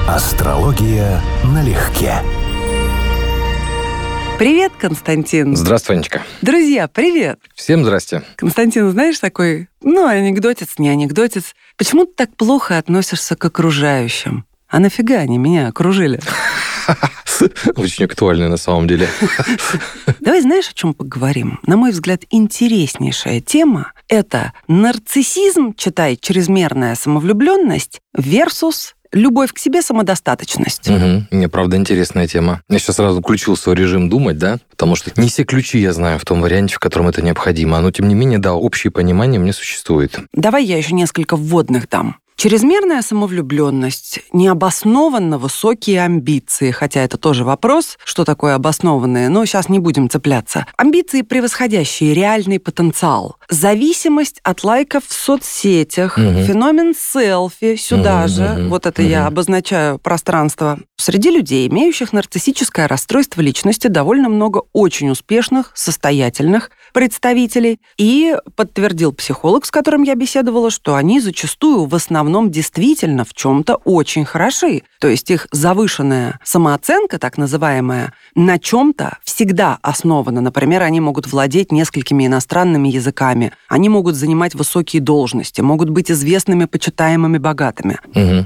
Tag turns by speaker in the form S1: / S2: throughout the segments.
S1: Астрология налегке.
S2: Привет, Константин.
S3: Здравствуй, Анечка.
S2: Друзья, привет.
S3: Всем здрасте.
S2: Константин, знаешь, такой, анекдотец, не анекдотец. Почему ты так плохо относишься к окружающим? А нафига они меня окружили?
S3: Очень актуально на самом деле.
S2: Давай знаешь, о чем поговорим? На мой взгляд, интереснейшая тема – это нарциссизм, читай, чрезмерная самовлюбленность versus любовь к себе, самодостаточность.
S3: Мне, правда, интересная тема. Я сейчас сразу включил свой режим думать, да, потому что не все ключи я знаю в том варианте, в котором это необходимо. Но, тем не менее, да, общее понимание у меня существует.
S2: Давай я еще несколько вводных дам. Чрезмерная самовлюбленность, необоснованно высокие амбиции, хотя это тоже вопрос, что такое обоснованные, но сейчас не будем цепляться. Амбиции, превосходящие реальный потенциал. Зависимость от лайков в соцсетях, феномен селфи, сюда же, вот это я обозначаю пространство. Среди людей, имеющих нарциссическое расстройство личности, довольно много очень успешных, состоятельных представителей. И подтвердил психолог, с которым я беседовала, что они зачастую в основном действительно в чем-то очень хороши. То есть их завышенная самооценка, так называемая, на чем-то всегда основана. Например, они могут владеть несколькими иностранными языками, они могут занимать высокие должности, могут быть известными, почитаемыми, богатыми.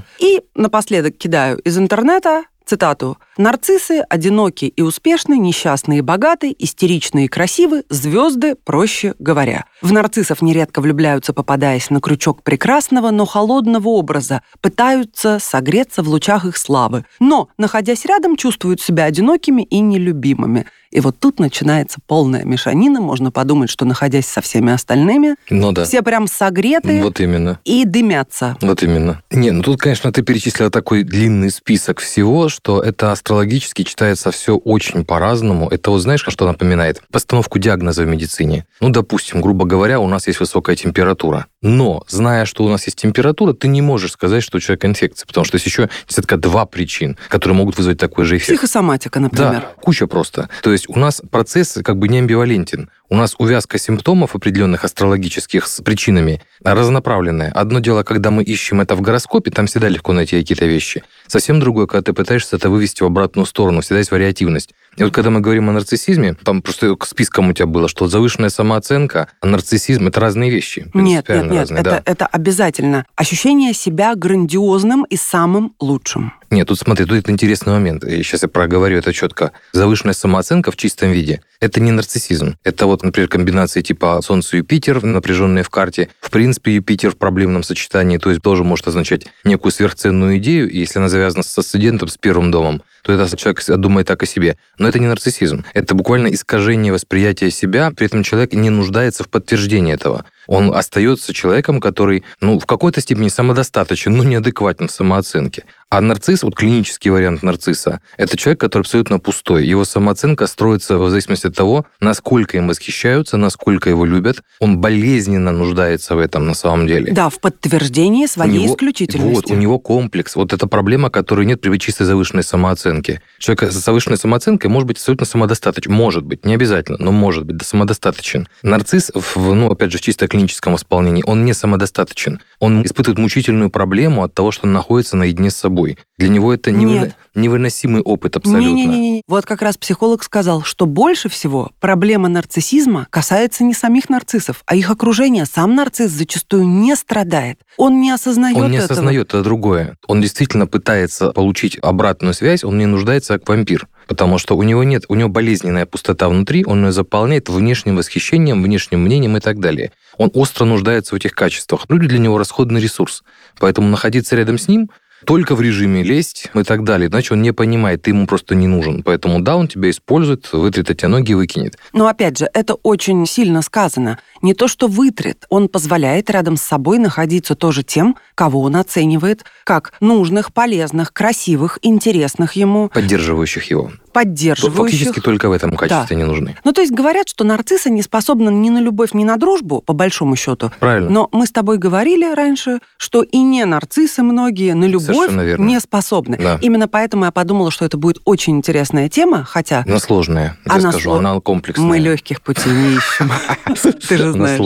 S2: И напоследок кидаю из интернета цитату: «Нарциссы одиноки и успешны, несчастные и богаты, истеричные и красивы, звезды, проще говоря». В нарциссов нередко влюбляются, попадаясь на крючок прекрасного, но холодного образа, пытаются согреться в лучах их славы, но, находясь рядом, чувствуют себя одинокими и нелюбимыми. И вот тут начинается полная мешанина. Можно подумать, что, находясь со всеми остальными, все прям согреты
S3: вот именно.
S2: И дымятся.
S3: Вот именно. Тут, конечно, ты перечислила такой длинный список всего, что это астрологически читается все очень по-разному. Это вот знаешь, что напоминает? Постановку диагноза в медицине. Допустим, грубо говоря, у нас есть высокая температура. Но, зная, что у нас есть температура, ты не можешь сказать, что у человека инфекция, потому что есть еще десятка два причин, которые могут вызвать такой же эффект.
S2: Психосоматика, например.
S3: Да, куча просто. То есть у нас процесс как бы не амбивалентен. У нас увязка симптомов определенных астрологических с причинами разнонаправленная. Одно дело, когда мы ищем это в гороскопе, там всегда легко найти какие-то вещи. Совсем другое, когда ты пытаешься это вывести в обратную сторону, всегда есть вариативность. И вот когда мы говорим о нарциссизме, там просто к спискам у тебя было, что завышенная самооценка, а нарциссизм – это разные вещи.
S2: Нет,
S3: разные,
S2: это обязательно. Ощущение себя грандиозным и самым лучшим.
S3: Нет, тут смотри, тут это интересный момент. И сейчас я проговорю это четко. Завышенная самооценка в чистом виде – это не нарциссизм. Это вот, например, комбинации типа Солнце-Юпитер, напряженные в карте. В принципе, Юпитер в проблемном сочетании, то есть тоже может означать некую сверхценную идею, и если она завязана с асцендентом, с первым домом, то это человек думает так о себе. Но это не нарциссизм. Это буквально искажение восприятия себя, при этом человек не нуждается в подтверждении этого. Он остается человеком, который, в какой-то степени самодостаточен, но неадекватен в самооценке. А нарцисс, вот клинический вариант нарцисса, это человек, который абсолютно пустой. Его самооценка строится в зависимости от того, насколько им восхищаются, насколько его любят. Он болезненно нуждается в этом на самом деле.
S2: Да, в подтверждении своей исключительности.
S3: Вот, у него комплекс. Вот эта проблема, которой нет при чистой завышенной самооценке. Человек с завышенной самооценкой может быть абсолютно самодостаточен. Может быть, не обязательно, но может быть, самодостаточен. Нарцисс, опять же, в чисто клиническом исполнении, он не самодостаточен. Он испытывает мучительную проблему от того, что он находится наедине с собой. Для него это невыносимый опыт абсолютно.
S2: Не. Вот как раз психолог сказал, что больше всего проблема нарциссизма касается не самих нарциссов, а их окружения. Сам нарцисс зачастую не страдает. Он не осознает этого.
S3: Он не осознает, это другое. Он действительно пытается получить обратную связь, он не нуждается как вампир. Потому что у него болезненная пустота внутри, он ее заполняет внешним восхищением, внешним мнением и так далее. Он остро нуждается в этих качествах. Люди для него расходный ресурс. Поэтому находиться рядом с ним только в режиме лезть и так далее. Иначе он не понимает, ты ему просто не нужен. Поэтому да, он тебя использует, вытрет от тебя ноги и выкинет.
S2: Но опять же, это очень сильно сказано. Не то, что вытрет, он позволяет рядом с собой находиться тоже тем, кого он оценивает как нужных, полезных, красивых, интересных ему.
S3: Поддерживающих его.
S2: Фактически
S3: только в этом качестве не нужны.
S2: То есть говорят, что нарциссы не способны ни на любовь, ни на дружбу, по большому счету.
S3: Правильно.
S2: Но мы с тобой говорили раньше, что и не нарциссы многие на любовь не способны.
S3: Да.
S2: Именно поэтому я подумала, что это будет очень интересная тема, хотя...
S3: Она сложная, я скажу, она комплексная.
S2: Мы легких путей не ищем. Ты же знаешь.
S3: Она сложная.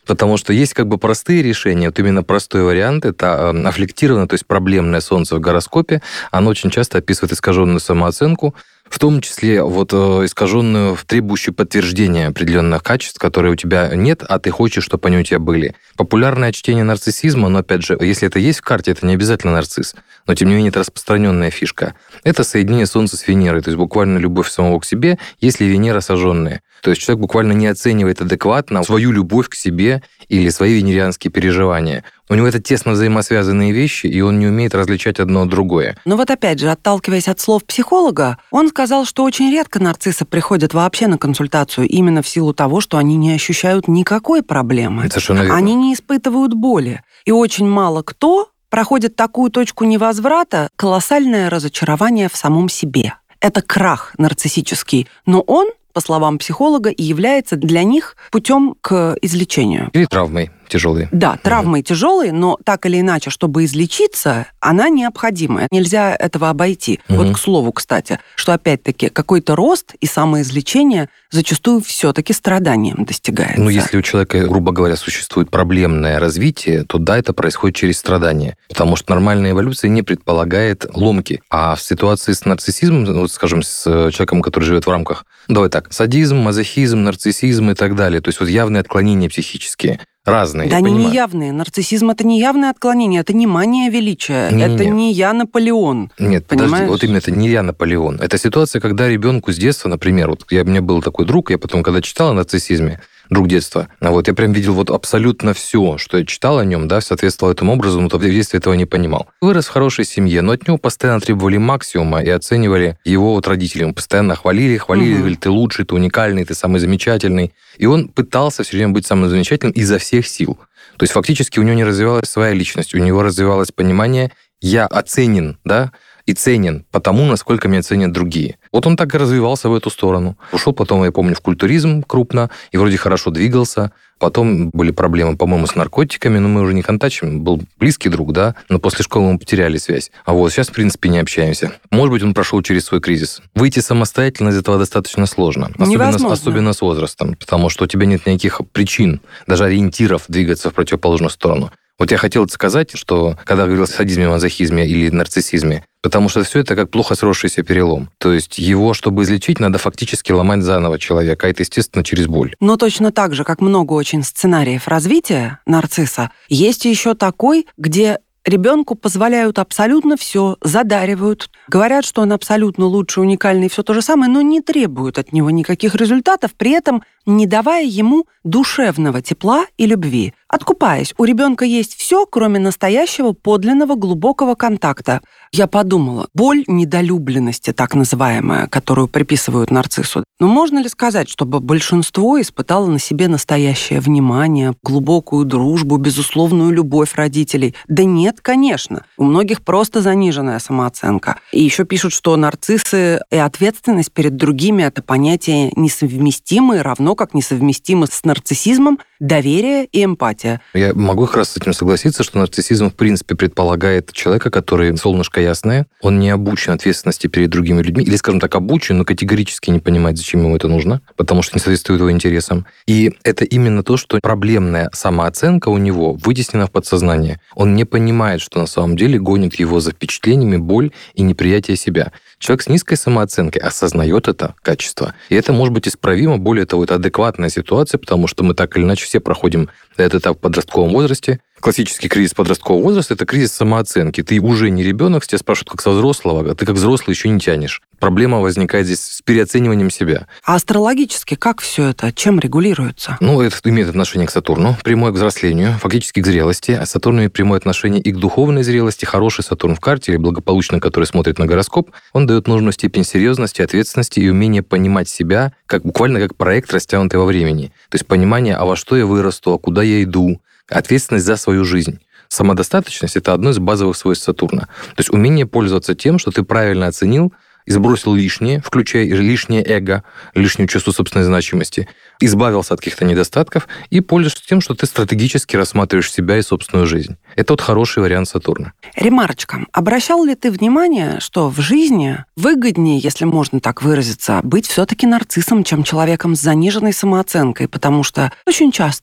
S3: Потому что есть как бы простые решения. Вот именно простой вариант – это аффлектированное, то есть проблемное Солнце в гороскопе. Оно очень часто описывает искаженную самооценку, в том числе вот искаженную, требующую подтверждения определенных качеств, которые у тебя нет, а ты хочешь, чтобы они у тебя были. Популярное чтение нарциссизма, но опять же, если это есть в карте, это не обязательно нарцисс, но тем не менее это распространенная фишка. Это соединение Солнца с Венерой, то есть буквально любовь самого к себе, если Венера сожженная. То есть человек буквально не оценивает адекватно свою любовь к себе или свои венерианские переживания. У него это тесно взаимосвязанные вещи, и он не умеет различать одно от другое.
S2: Но вот опять же, отталкиваясь от слов психолога, он сказал, что очень редко нарциссы приходят вообще на консультацию именно в силу того, что они не ощущают никакой проблемы.
S3: Совершенно верно.
S2: Они не испытывают боли. И очень мало кто проходит такую точку невозврата, колоссальное разочарование в самом себе. Это крах нарциссический, но он, по словам психолога, и является для них путем к излечению.
S3: Или травмой тяжелой.
S2: Да, травмы тяжелые, но так или иначе, чтобы излечиться, она необходима. Нельзя этого обойти. Вот к слову, кстати, что опять-таки какой-то рост и самоизлечение зачастую все-таки страданием достигается.
S3: Ну, если у человека, грубо говоря, существует проблемное развитие, то да, это происходит через страдания. Потому что нормальная эволюция не предполагает ломки. А в ситуации с нарциссизмом, вот, скажем, с человеком, который живет в рамках, давай так, садизм, мазохизм, нарциссизм и так далее, то есть вот явные отклонения психические, разные.
S2: Да, они не явные. Нарциссизм – это не явное отклонение, это не мания величия, это не я Наполеон.
S3: Нет,
S2: понимаешь?
S3: Подожди, вот именно это не я Наполеон. Это ситуация, когда ребенку с детства, например, вот у меня был такой друг, я потом, когда читал о нарциссизме, друг детства, вот я прям видел вот абсолютно все, что я читал о нем, да, соответствовало этому образу, но в детстве этого не понимал. Вырос в хорошей семье, но от него постоянно требовали максимума и оценивали его вот родители. Он постоянно хвалили, говорили, ты лучший, ты уникальный, ты самый замечательный. И он пытался все время быть самым замечательным изо всех сил. То есть фактически у него не развивалась своя личность, у него развивалось понимание «я оценен», да, и ценен потому, насколько меня ценят другие. Вот он так и развивался в эту сторону. Ушел потом, я помню, в культуризм крупно, и вроде хорошо двигался. Потом были проблемы, по-моему, с наркотиками, но мы уже не контачим. Был близкий друг, да, но после школы мы потеряли связь. А вот сейчас, в принципе, не общаемся. Может быть, он прошел через свой кризис. Выйти самостоятельно из этого достаточно сложно. Особенно с возрастом, потому что у тебя нет никаких причин, даже ориентиров двигаться в противоположную сторону. Вот я хотел сказать, что когда говорил о садизме, мазохизме или нарциссизме, потому что все это как плохо сросшийся перелом. То есть его, чтобы излечить, надо фактически ломать заново человека, а это, естественно, через боль.
S2: Но точно так же, как много очень сценариев развития нарцисса, есть еще такой, где ребенку позволяют абсолютно все, задаривают, говорят, что он абсолютно лучший, уникальный, все то же самое, но не требуют от него никаких результатов, при этом не давая ему душевного тепла и любви. Откупаясь, у ребенка есть все, кроме настоящего, подлинного, глубокого контакта. Я подумала, боль недолюбленности, так называемая, которую приписывают нарциссу. Но можно ли сказать, чтобы большинство испытало на себе настоящее внимание, глубокую дружбу, безусловную любовь родителей? Да нет, конечно. У многих просто заниженная самооценка. И еще пишут, что нарциссы и ответственность перед другими – это понятия несовместимые, равно как несовместимы с нарциссизмом доверие и эмпатия.
S3: Я могу как раз с этим согласиться, что нарциссизм, в принципе, предполагает человека, который солнышко ясное, он не обучен ответственности перед другими людьми, или, скажем так, обучен, но категорически не понимает, зачем ему это нужно, потому что не соответствует его интересам. И это именно то, что проблемная самооценка у него вытеснена в подсознание. Он не понимает, что на самом деле гонит его за впечатлениями боль и неприятие себя. Человек с низкой самооценкой осознает это качество. И это может быть исправимо. Более того, это адекватная ситуация, потому что мы так или иначе все проходим этот этап в подростковом возрасте. Классический кризис подросткового возраста – это кризис самооценки. Ты уже не ребенок, тебя спрашивают как со взрослого, а ты как взрослый еще не тянешь. Проблема возникает здесь с переоцениванием себя.
S2: А астрологически как все это? Чем регулируется?
S3: Ну, это имеет отношение к Сатурну, прямое к взрослению, фактически к зрелости. А Сатурн имеет прямое отношение и к духовной зрелости. Хороший Сатурн в карте, или благополучный, который смотрит на гороскоп, он дает нужную степень серьезности, ответственности и умение понимать себя, буквально как проект, растянутый во времени. То есть понимание, а во что я вырасту, а куда я иду, ответственность за свою жизнь. Самодостаточность – это одно из базовых свойств Сатурна. То есть умение пользоваться тем, что ты правильно оценил и сбросил лишнее, включая лишнее эго, лишнее чувство собственной значимости, избавился от каких-то недостатков и пользуешься тем, что ты стратегически рассматриваешь себя и собственную жизнь. Это вот хороший вариант Сатурна.
S2: Ремарочка. Обращал ли ты внимание, что в жизни выгоднее, если можно так выразиться, быть все-таки нарциссом, чем человеком с заниженной самооценкой? Потому что очень часто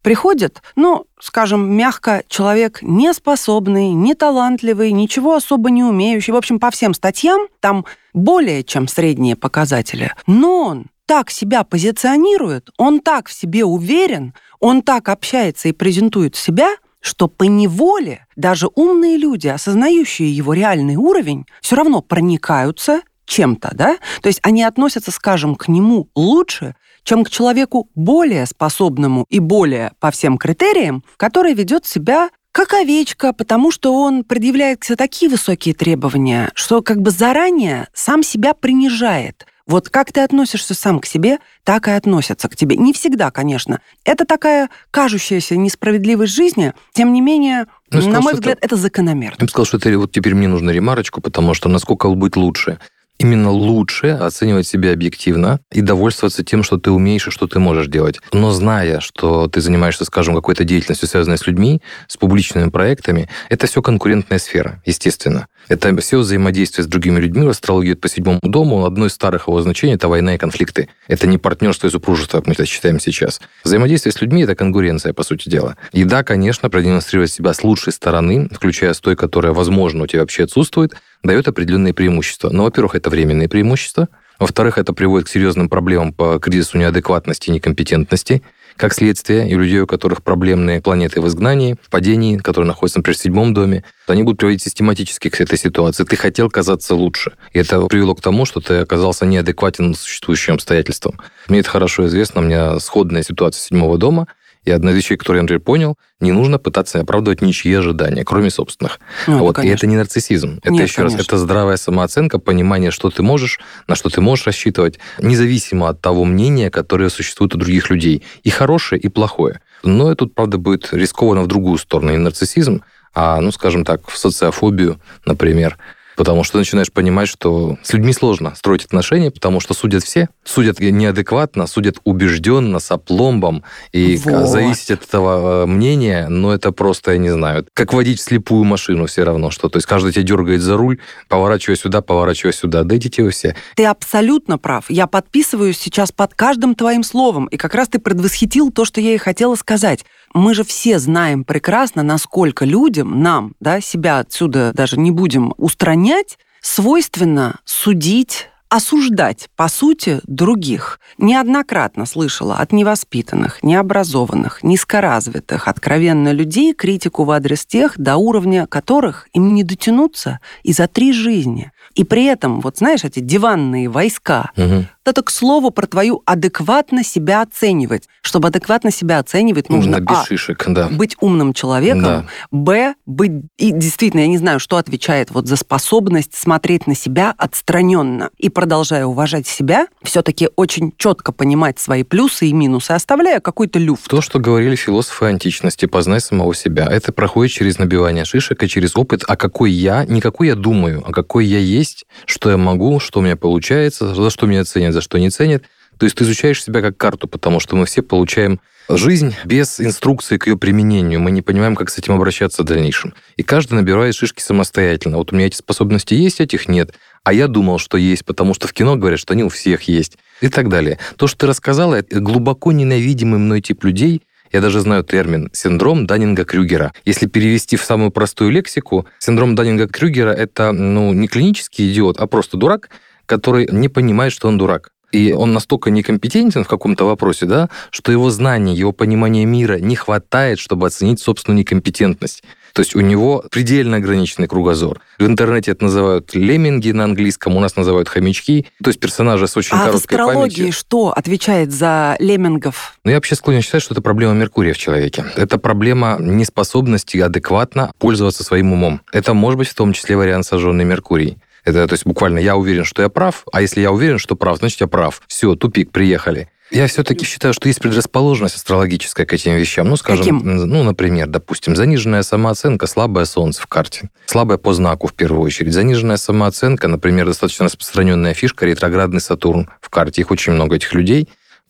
S2: Приходит, скажем, мягко, человек неспособный, неталантливый, ничего особо не умеющий. В общем, по всем статьям там более чем средние показатели. Но он так себя позиционирует, он так в себе уверен, он так общается и презентует себя, что поневоле даже умные люди, осознающие его реальный уровень, все равно проникаются чем-то, да? То есть они относятся, скажем, к нему лучше, чем к человеку более способному и более по всем критериям, который ведет себя как овечка, потому что он предъявляет к себе такие высокие требования, что как бы заранее сам себя принижает. Вот как ты относишься сам к себе, так и относятся к тебе. Не всегда, конечно. Это такая кажущаяся несправедливость жизни, тем не менее, на мой взгляд, это закономерно.
S3: Я бы сказал, что это вот теперь мне нужно ремарочку, потому что насколько быть лучше. Именно лучше оценивать себя объективно и довольствоваться тем, что ты умеешь и что ты можешь делать. Но зная, что ты занимаешься, скажем, какой-то деятельностью, связанной с людьми, с публичными проектами, это все конкурентная сфера, естественно. Это все взаимодействие с другими людьми. В астрологии по 7-му дому одно из старых его значений – это война и конфликты. Это не партнерство и супружество, как мы это считаем сейчас. Взаимодействие с людьми – это конкуренция, по сути дела. И да, конечно, продемонстрировать себя с лучшей стороны, включая с той, которая, возможно, у тебя вообще отсутствует, дает определенные преимущества. Но, во-первых, это временные преимущества. Во-вторых, это приводит к серьезным проблемам по кризису неадекватности и некомпетентности. Как следствие, и у людей, у которых проблемные планеты в изгнании, в падении, которые находятся, например, в 7-м доме, они будут приводить систематически к этой ситуации. Ты хотел казаться лучше. И это привело к тому, что ты оказался неадекватен существующим обстоятельствам. Мне это хорошо известно. У меня сходная ситуация 7-го дома. И одна из вещей, которую я, например, понял, не нужно пытаться оправдывать ничьи ожидания, кроме собственных. И это не нарциссизм. Это, еще раз, это здравая самооценка, понимание, что ты можешь, на что ты можешь рассчитывать, независимо от того мнения, которое существует у других людей. И хорошее, и плохое. Но тут, правда, будет рискованно в другую сторону. Не нарциссизм, а, скажем так, в социофобию, например. Потому что ты начинаешь понимать, что с людьми сложно строить отношения, потому что судят все. Судят неадекватно, судят убежденно, с опломбом. И зависеть от этого мнения, это просто, я не знаю, как водить слепую машину все равно, что. То есть каждый тебя дергает за руль, поворачивай сюда. Да идите вы все.
S2: Ты абсолютно прав. Я подписываюсь сейчас под каждым твоим словом. И как раз ты предвосхитил то, что я и хотела сказать. Мы же все знаем прекрасно, насколько людям, нам, себя отсюда даже не будем устранять, свойственно судить, осуждать, по сути, других. Неоднократно слышала от невоспитанных, необразованных, низкоразвитых, откровенно людей критику в адрес тех, до уровня которых им не дотянуться и за 3 жизни. И при этом, знаешь, эти диванные войска, это, к слову, про твою адекватно себя оценивать. Чтобы адекватно себя оценивать, нужно
S3: без шишек,
S2: быть умным человеком, б, быть... И действительно, я не знаю, что отвечает за способность смотреть на себя отстраненно. И, продолжая уважать себя, все-таки очень четко понимать свои плюсы и минусы, оставляя какой-то люфт.
S3: То, что говорили философы античности, познай самого себя, это проходит через набивание шишек и через опыт, не какой я думаю, а какой я есть, что я могу, что у меня получается, за что меня ценят, за что не ценят. То есть ты изучаешь себя как карту, потому что мы все получаем жизнь без инструкции к ее применению. Мы не понимаем, как с этим обращаться в дальнейшем. И каждый набирает шишки самостоятельно. У меня эти способности есть, этих нет. А я думал, что есть, потому что в кино говорят, что они у всех есть. И так далее. То, что ты рассказала, это глубоко ненавидимый мной тип людей. Я даже знаю термин «синдром Даннинга-Крюгера». Если перевести в самую простую лексику, синдром Даннинга-Крюгера – это не клинический идиот, а просто дурак, который не понимает, что он дурак. И он настолько некомпетентен в каком-то вопросе, что его знания, его понимания мира не хватает, чтобы оценить собственную некомпетентность. То есть у него предельно ограниченный кругозор. В интернете это называют лемминги на английском, у нас называют хомячки. То есть персонажи с очень короткой памятью. А в астрологии
S2: что отвечает за леммингов?
S3: Я вообще склонен считать, что это проблема Меркурия в человеке. Это проблема неспособности адекватно пользоваться своим умом. Это может быть в том числе вариант сожженный Меркурий. Это, то есть, буквально я уверен, что я прав, а если я уверен, что прав, значит, я прав. Все, тупик, приехали. Я все-таки считаю, что есть предрасположенность астрологическая к этим вещам. Скажем, например, допустим, заниженная самооценка, слабое солнце в карте. Слабое по знаку, в первую очередь. Заниженная самооценка, например, достаточно распространенная фишка, ретроградный Сатурн в карте. Их очень много, этих людей.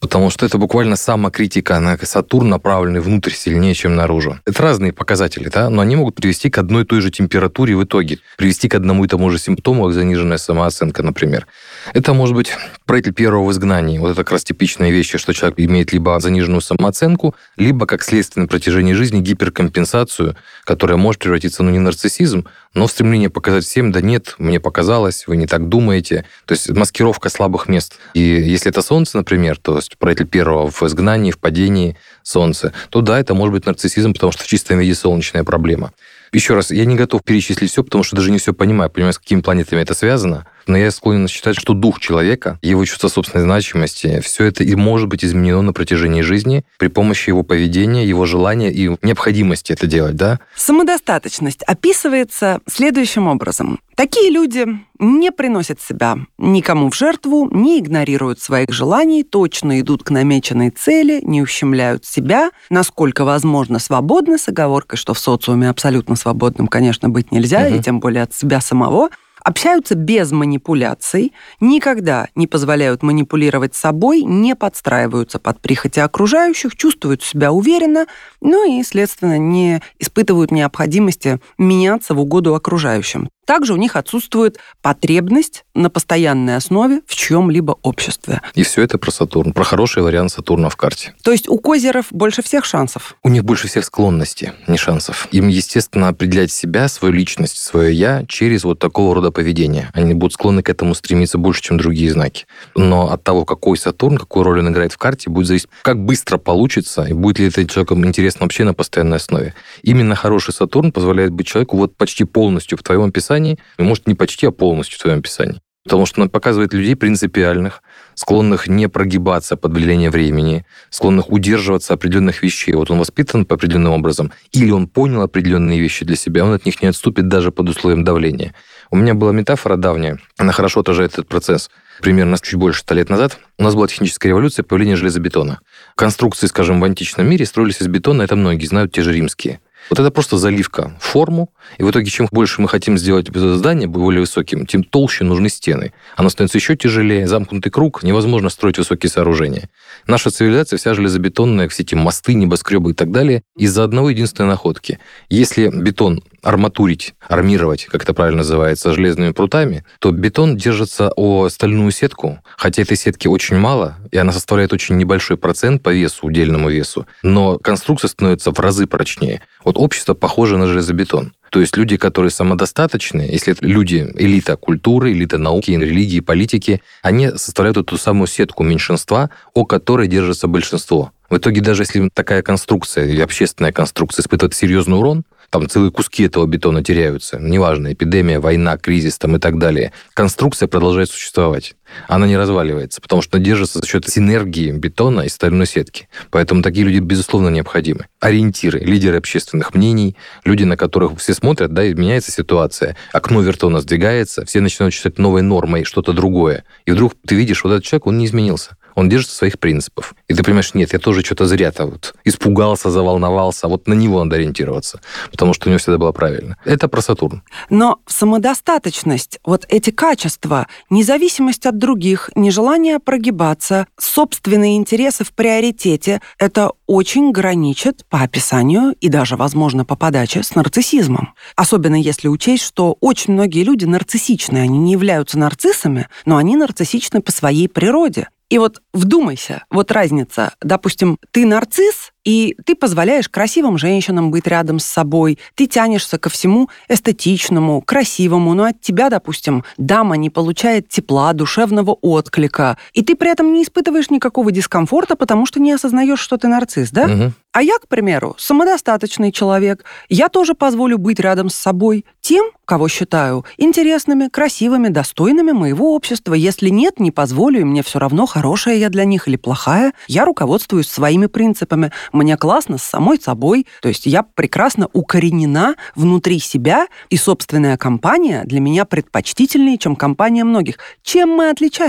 S3: Потому что это буквально самокритика на Сатурн, направленный внутрь сильнее, чем наружу. Это разные показатели, да, но они могут привести к одной и той же температуре в итоге, привести к одному и тому же симптому, как заниженная самооценка, например. Это может быть правитель первого в изгнании. Вот это как раз типичные вещи, что человек имеет либо заниженную самооценку, либо, как следствие на протяжении жизни, гиперкомпенсацию, которая может превратиться, не в нарциссизм, но в стремление показать всем, да нет, мне показалось, вы не так думаете. То есть маскировка слабых мест. И если это Солнце, например, то есть правитель первого в изгнании, в падении Солнца, то да, это может быть нарциссизм, потому что в чистом виде солнечная проблема. Еще раз, я не готов перечислить все, потому что даже не все понимаю, с какими планетами это связано, но я склонен считать, что дух человека, его чувство собственной значимости, все это и может быть изменено на протяжении жизни при помощи его поведения, его желания и необходимости это делать, да?
S2: Самодостаточность описывается следующим образом. Такие люди не приносят себя никому в жертву, не игнорируют своих желаний, точно идут к намеченной цели, не ущемляют себя, насколько возможно свободны, с оговоркой, что в социуме абсолютно свободным, конечно, быть нельзя, и тем более от себя самого, общаются без манипуляций, никогда не позволяют манипулировать собой, не подстраиваются под прихоти окружающих, чувствуют себя уверенно, и, следственно, не испытывают необходимости меняться в угоду окружающим. Также у них отсутствует потребность на постоянной основе в чьем-либо обществе.
S3: И все это про Сатурн, про хороший вариант Сатурна в карте.
S2: То есть у козеров больше всех шансов?
S3: У них больше всех склонностей, не шансов. Им, естественно, определять себя, свою личность, свое «я» через вот такого рода поведение. Они будут склонны к этому стремиться больше, чем другие знаки. Но от того, какой Сатурн, какую роль он играет в карте, будет зависеть, как быстро получится, и будет ли это человеком интересно вообще на постоянной основе. Именно хороший Сатурн позволяет быть человеку вот почти полностью в твоем описании, может, не почти, а полностью в твоем описании. Потому что он показывает людей принципиальных, склонных не прогибаться под влияние времени, склонных удерживаться определенных вещей. Вот он воспитан по определенным образом, или он понял определенные вещи для себя, он от них не отступит даже под условием давления. У меня была метафора давняя, она хорошо отражает этот процесс. Примерно чуть больше 100 лет назад у нас была техническая революция, появление железобетона. Конструкции, скажем, в античном мире строились из бетона, это многие знают, те же римские. Вот это просто заливка в форму, и в итоге, чем больше мы хотим сделать здание более высоким, тем толще нужны стены. Оно становится еще тяжелее, замкнутый круг, невозможно строить высокие сооружения. Наша цивилизация вся железобетонная, все эти мосты, небоскребы и так далее, из-за одной единственной находки. Если бетон армировать, как это правильно называется, железными прутами, то бетон держится о стальную сетку, хотя этой сетки очень мало, и она составляет очень небольшой процент по весу, удельному весу, но конструкция становится в разы прочнее. Вот общество похоже на железобетон. То есть люди, которые самодостаточные, если это люди, элита культуры, элита науки, религии, политики, они составляют эту самую сетку меньшинства, о которой держится большинство. В итоге, даже если такая конструкция или общественная конструкция испытывает серьезный урон, там целые куски этого бетона теряются, неважно, эпидемия, война, кризис там, и так далее, конструкция продолжает существовать. Она не разваливается, потому что держится за счет синергии бетона и стальной сетки. Поэтому такие люди, безусловно, необходимы. Ориентиры, лидеры общественных мнений, люди, на которых все смотрят, да, и меняется ситуация. Окно Вертона сдвигается, все начинают считать новой нормой что-то другое. И вдруг ты видишь, вот этот человек, он не изменился. Он держится своих принципов. И ты понимаешь, нет, я тоже что-то зря-то вот испугался, заволновался, вот на него надо ориентироваться, потому что у него всегда было правильно. Это про Сатурн.
S2: Но самодостаточность, вот эти качества, независимость от других, нежелание прогибаться, собственные интересы в приоритете, это очень граничит по описанию и даже, возможно, по подаче с нарциссизмом. Особенно если учесть, что очень многие люди нарциссичны, они не являются нарциссами, но они нарциссичны по своей природе. И вот вдумайся, вот разница. Допустим, ты нарцисс, и ты позволяешь красивым женщинам быть рядом с собой, ты тянешься ко всему эстетичному, красивому, но от тебя, допустим, дама не получает тепла, душевного отклика, и ты при этом не испытываешь никакого дискомфорта, потому что не осознаешь, что ты нарцисс, да?
S3: Угу.
S2: А я, к примеру, самодостаточный человек. Я тоже позволю быть рядом с собой тем, кого считаю интересными, красивыми, достойными моего общества. Если нет, не позволю, и мне все равно, хорошая я для них или плохая. Я руководствуюсь своими принципами. Мне классно с самой собой. То есть я прекрасно укоренена внутри себя, и собственная компания для меня предпочтительнее, чем компания многих. Чем мы отличаемся?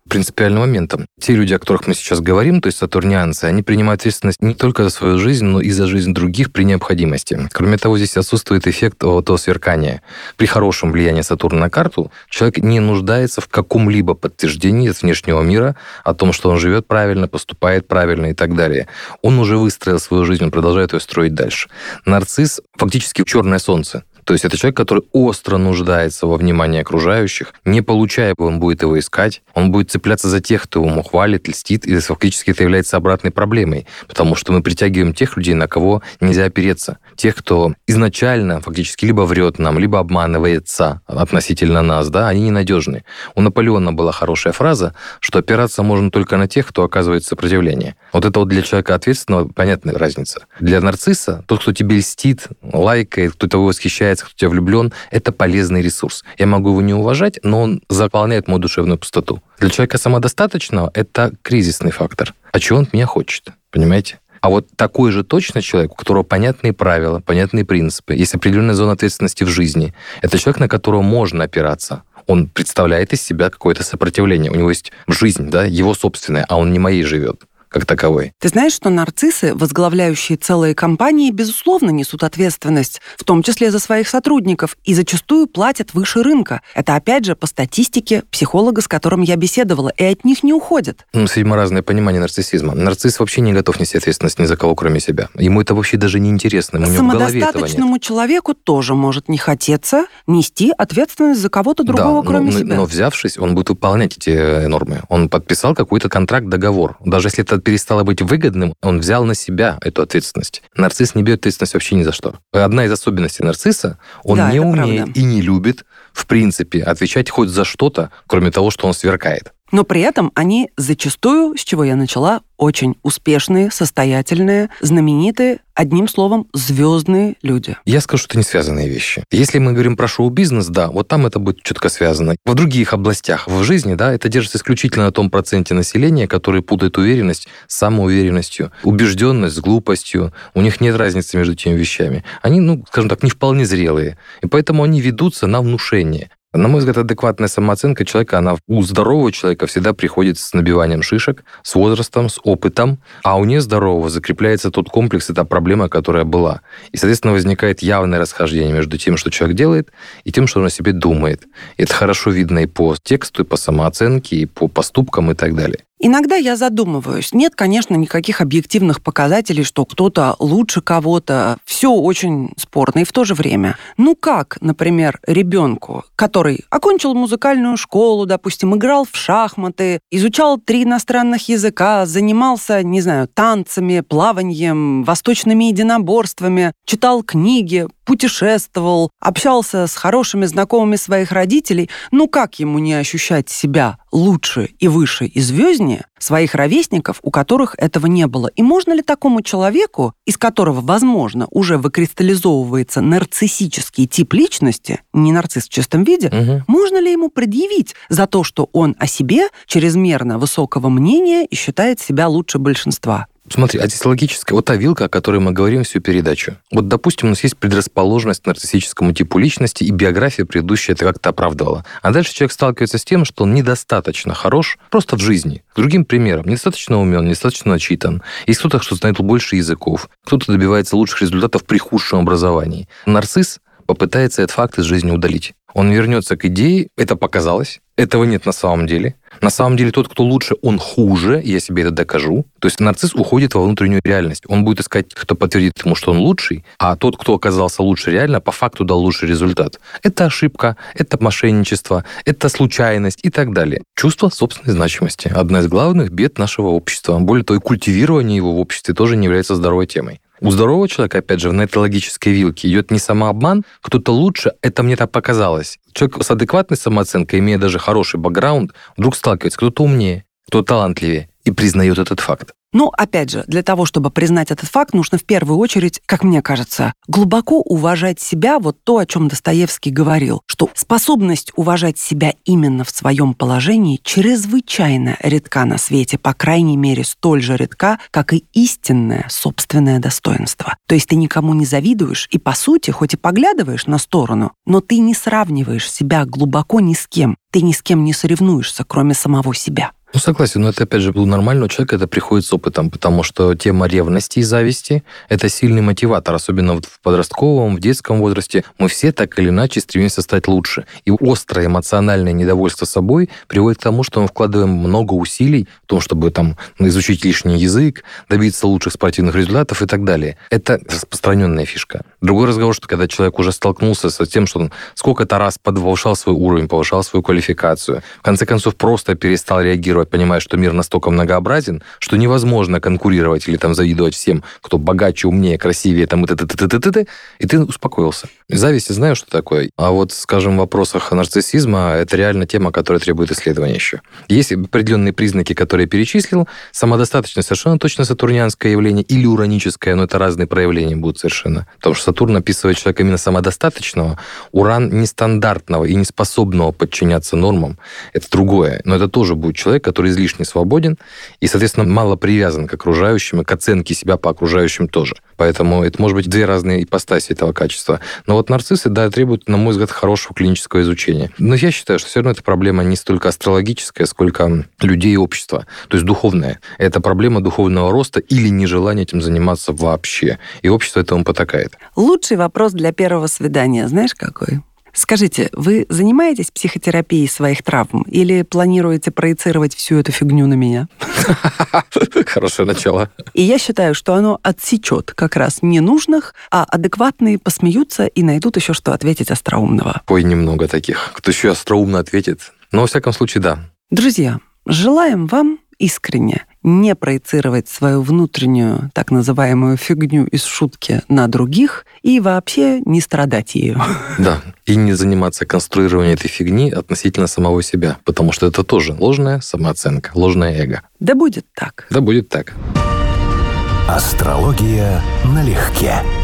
S3: принципиальным моментом. Те люди, о которых мы сейчас говорим, то есть сатурнианцы, они принимают ответственность не только за свою жизнь, но и за жизнь других при необходимости. Кроме того, здесь отсутствует эффект того сверкания. При хорошем влиянии Сатурна на карту человек не нуждается в каком-либо подтверждении от внешнего мира о том, что он живет правильно, поступает правильно и так далее. Он уже выстроил свою жизнь, он продолжает ее строить дальше. Нарцисс фактически черное солнце. То есть это человек, который остро нуждается во внимании окружающих. Не получая, он будет его искать. Он будет цепляться за тех, кто ему хвалит, льстит. И фактически это является обратной проблемой. Потому что мы притягиваем тех людей, на кого нельзя опереться. Тех, кто изначально фактически либо врет нам, либо обманывается относительно нас. Да? Они ненадежны. У Наполеона была хорошая фраза, что опираться можно только на тех, кто оказывает сопротивление. Вот это вот для человека ответственного понятная разница. Для нарцисса, тот, кто тебе льстит, лайкает, кто того восхищается, кто в тебя влюблен, это полезный ресурс. Я могу его не уважать, но он заполняет мою душевную пустоту. Для человека самодостаточного это кризисный фактор. А чего он от меня хочет? Понимаете? А вот такой же точно человек, у которого понятные правила, понятные принципы, есть определенная зона ответственности в жизни, это человек, на которого можно опираться. Он представляет из себя какое-то сопротивление. У него есть жизнь, да, его собственная, а он не моей живет как таковой.
S2: Ты знаешь, что нарциссы, возглавляющие целые компании, безусловно, несут ответственность, в том числе за своих сотрудников, и зачастую платят выше рынка. Это, опять же, по статистике психолога, с которым я беседовала, и от них не уходят.
S3: Видимо, разное понимание нарциссизма. Нарцисс вообще не готов нести ответственность ни за кого, кроме себя. Ему это вообще даже не интересно.
S2: Самодостаточному человеку тоже может не хотеться нести ответственность за кого-то другого, кроме себя.
S3: Но взявшись, он будет выполнять эти нормы. Он подписал какой-то контракт, договор. Даже если это перестало быть выгодным, он взял на себя эту ответственность. Нарцисс не берет ответственность вообще ни за что. Одна из особенностей нарцисса, он не умеет и не любит, в принципе, отвечать хоть за что-то, кроме того, что он сверкает.
S2: Но при этом они зачастую, с чего я начала, очень успешные, состоятельные, знаменитые, одним словом, звездные люди.
S3: Я скажу, что это не связанные вещи. Если мы говорим про шоу-бизнес, да, вот там это будет четко связано. В других областях в жизни, да, это держится исключительно на том проценте населения, который путает уверенность с самоуверенностью, убежденность с глупостью. У них нет разницы между этими вещами. Они, скажем так, не вполне зрелые. И поэтому они ведутся на внушение. На мой взгляд, адекватная самооценка человека, она у здорового человека всегда приходит с набиванием шишек, с возрастом, с опытом, а у нездорового закрепляется тот комплекс, эта проблема, которая была. И, соответственно, возникает явное расхождение между тем, что человек делает, и тем, что он о себе думает. И это хорошо видно и по тексту, и по самооценке, и по поступкам, и так далее.
S2: Иногда я задумываюсь. Нет, конечно, никаких объективных показателей, что кто-то лучше кого-то. Все очень спорно. И в то же время. Как, например, ребенку, который окончил музыкальную школу, допустим, играл в шахматы, изучал 3 иностранных языка, занимался, танцами, плаванием, восточными единоборствами, читал книги, путешествовал, общался с хорошими знакомыми своих родителей. Как ему не ощущать себя лучше и выше и звезднее своих ровесников, у которых этого не было? И можно ли такому человеку, из которого, возможно, уже выкристаллизовывается нарциссический тип личности, не нарцисс в чистом виде, можно ли ему предъявить за то, что он о себе чрезмерно высокого мнения и считает себя лучше большинства?
S3: Смотри, а здесь логическая. Вот та вилка, о которой мы говорим всю передачу. Вот, допустим, у нас есть предрасположенность к нарциссическому типу личности, и биография предыдущая это как-то оправдывала. А дальше человек сталкивается с тем, что он недостаточно хорош просто в жизни. К другим примерам. Недостаточно умен, недостаточно начитан. Есть кто-то, кто знает больше языков. Кто-то добивается лучших результатов при худшем образовании. Нарцисс попытается этот факт из жизни удалить. Он вернется к идее, это показалось, этого нет на самом деле. На самом деле тот, кто лучше, он хуже, я себе это докажу. То есть нарцисс уходит во внутреннюю реальность. Он будет искать, кто подтвердит ему, что он лучший, а тот, кто оказался лучше реально, по факту дал лучший результат. Это ошибка, это мошенничество, это случайность и так далее. Чувство собственной значимости. Одна из главных бед нашего общества. Более того, и культивирование его в обществе тоже не является здоровой темой. У здорового человека, опять же, на этой логической вилке идет не самообман, кто-то лучше, это мне так показалось. Человек с адекватной самооценкой, имея даже хороший бэкграунд, вдруг сталкивается, кто-то умнее, кто-то талантливее, и признает этот факт.
S2: Ну, опять же, для того, чтобы признать этот факт, нужно в первую очередь, как мне кажется, глубоко уважать себя, вот то, о чем Достоевский говорил, что способность уважать себя именно в своем положении чрезвычайно редка на свете, по крайней мере, столь же редка, как и истинное собственное достоинство. То есть ты никому не завидуешь и, по сути, хоть и поглядываешь на сторону, но ты не сравниваешь себя глубоко ни с кем. Ты ни с кем не соревнуешься, кроме самого себя.
S3: Ну, согласен, но это, опять же, у нормального человека это приходит с опытом, потому что тема ревности и зависти – это сильный мотиватор, особенно в подростковом, в детском возрасте. Мы все так или иначе стремимся стать лучше. И острое эмоциональное недовольство собой приводит к тому, что мы вкладываем много усилий в том, чтобы там изучить лишний язык, добиться лучших спортивных результатов и так далее. Это распространенная фишка. Другой разговор, что когда человек уже столкнулся с тем, что он сколько-то раз повышал свой уровень, повышал свою квалификацию, в конце концов просто перестал реагировать, понимая, что мир настолько многообразен, что невозможно конкурировать или там завидовать всем, кто богаче, умнее, красивее, там, и ты успокоился. Зависть, я знаю, что такое. А вот, скажем, в вопросах нарциссизма это реально тема, которая требует исследования еще. Есть определенные признаки, которые я перечислил. Самодостаточность совершенно точно сатурнианское явление или ураническое, но это разные проявления будут совершенно. Потому что Сатурн описывает человека именно самодостаточного, Уран нестандартного и неспособного подчиняться нормам. Это другое. Но это тоже будет человек, который излишне свободен и, соответственно, мало привязан к окружающим и к оценке себя по окружающим тоже. Поэтому это может быть две разные ипостаси этого качества. Но вот нарциссы, да, требуют, на мой взгляд, хорошего клинического изучения. Но я считаю, что все равно эта проблема не столько астрологическая, сколько людей и общества. То есть духовная. Это проблема духовного роста или нежелания этим заниматься вообще. И общество этому потакает.
S2: Лучший вопрос для первого свидания, знаешь, какой? Скажите, вы занимаетесь психотерапией своих травм или планируете проецировать всю эту фигню на меня?
S3: Хорошее начало.
S2: И я считаю, что оно отсечет как раз ненужных, а адекватные посмеются и найдут еще что ответить остроумного.
S3: Ой, немного таких. Кто еще остроумно ответит. Но, во всяком случае, да.
S2: Друзья, желаем вам искренне не проецировать свою внутреннюю, так называемую фигню из шутки на других и вообще не страдать ею.
S3: Да, и не заниматься конструированием этой фигни относительно самого себя, потому что это тоже ложная самооценка, ложное эго.
S2: Да будет так.
S3: Да будет так.
S1: Астрология налегке.